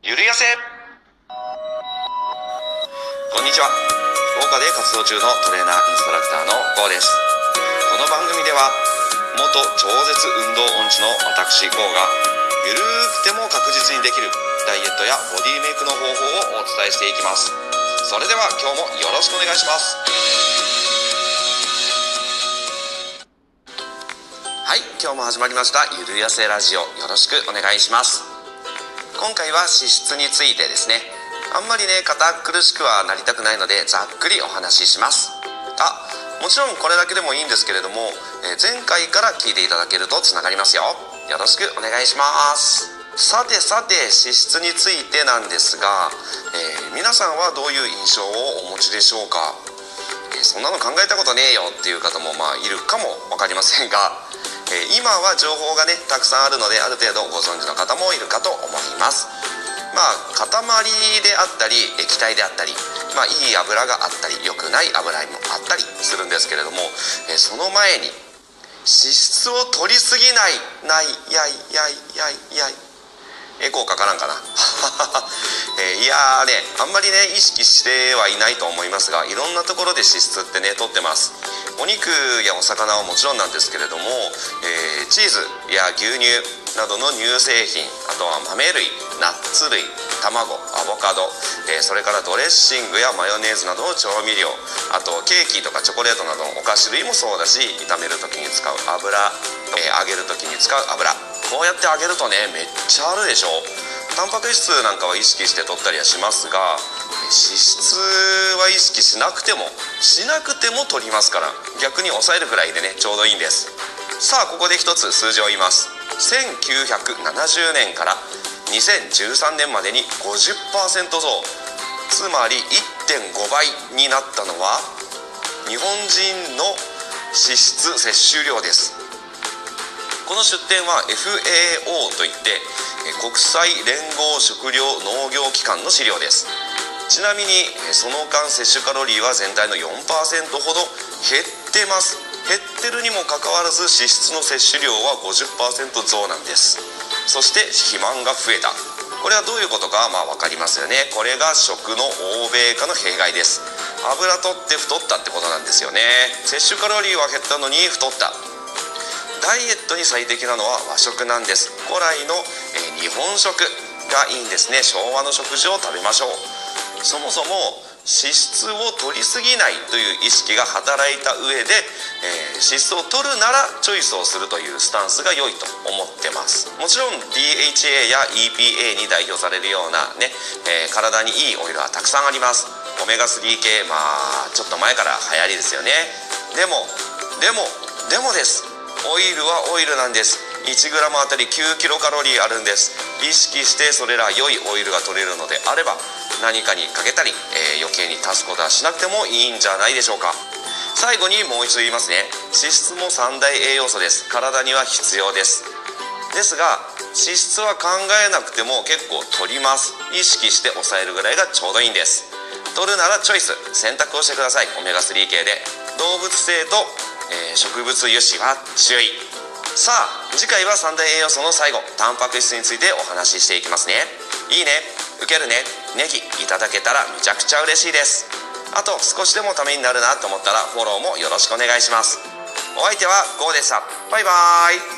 ゆるやせ。こんにちは。福岡で活動中のトレーナーインストラクターのゴーです。この番組では元超絶運動音痴の私ゴーがゆるーくても確実にできるダイエットやボディメイクの方法をお伝えしていきます。それでは今日もよろしくお願いします。はい、今日も始まりましたゆるやせラジオ、よろしくお願いします。今回は脂質についてですね。あんまりね、堅苦しくはなりたくないのでざっくりお話しします。もちろんこれだけでもいいんですけれども、前回から聞いていただけるとつながりますよ。よろしくお願いします。さて脂質についてなんですが、皆さんはどういう印象をお持ちでしょうか。そんなの考えたことねえよっていう方もいるかも分かりませんが、今は情報がねたくさんあるので、ある程度ご存知の方もいるかと思います。塊であったり液体であったり、いい油があったり良くない油もあったりするんですけれども、その前に脂質を取りすぎないエコーかからんかないやね、あんまりね意識してはいないと思いますが、いろんなところで脂質ってね取ってます。お肉やお魚はもちろんなんですけれども、チーズや牛乳などの乳製品、あとは豆類、ナッツ類、卵、アボカド、それからドレッシングやマヨネーズなどの調味料、あとケーキとかチョコレートなどのお菓子類もそうだし、炒める時に使う油、揚げる時に使う油、こうやって揚げるとねめっちゃあるでしょ。タンパク質なんかは意識して取ったりはしますが、脂質は意識しなくても取りますから、逆に抑えるくらいでねちょうどいいんです。さあここで一つ数字を言います。1970年から2013年までに 50% 増、つまり 1.5 倍になったのは日本人の脂質摂取量です。この出典は FAO といって国際連合食糧農業機関の資料です。ちなみにその間摂取カロリーは全体の 4% ほど減ってます。減ってるにもかかわらず脂質の摂取量は 50% 増なんです。そして肥満が増えた。これはどういうことか分かりますよね。これが食の欧米化の弊害です。油取って太ったってことなんですよね。摂取カロリーは減ったのに太った。ダイエットに最適なのは和食なんです。古来の日本食がいいんですね。昭和の食事を食べましょう。そもそも脂質を取りすぎないという意識が働いた上で、脂質を取るならチョイスをするというスタンスが良いと思ってます。もちろん DHA や EPA に代表されるようなね、体にいいオイルはたくさんあります。オメガ3系ちょっと前から流行りですよね。でもですオイルはオイルなんです。 1g あたり9キロカロリーあるんです。意識してそれら良いオイルが取れるのであれば、何かにかけたり、余計に足すことはしなくてもいいんじゃないでしょうか。最後にもう一度言いますね。脂質も三大栄養素です。体には必要です。ですが脂質は考えなくても結構取ります。意識して抑えるぐらいがちょうどいいんです。取るならチョイス、選択をしてください。オメガ3系で。動物性と植物油脂は注意。さあ次回は三大栄養素の最後、タンパク質についてお話ししていきますね。いいね、受けるね、ネギいただけたらめちゃくちゃ嬉しいです。あと少しでもためになるなと思ったらフォローもよろしくお願いします。お相手はゴーでした。バイバーイ。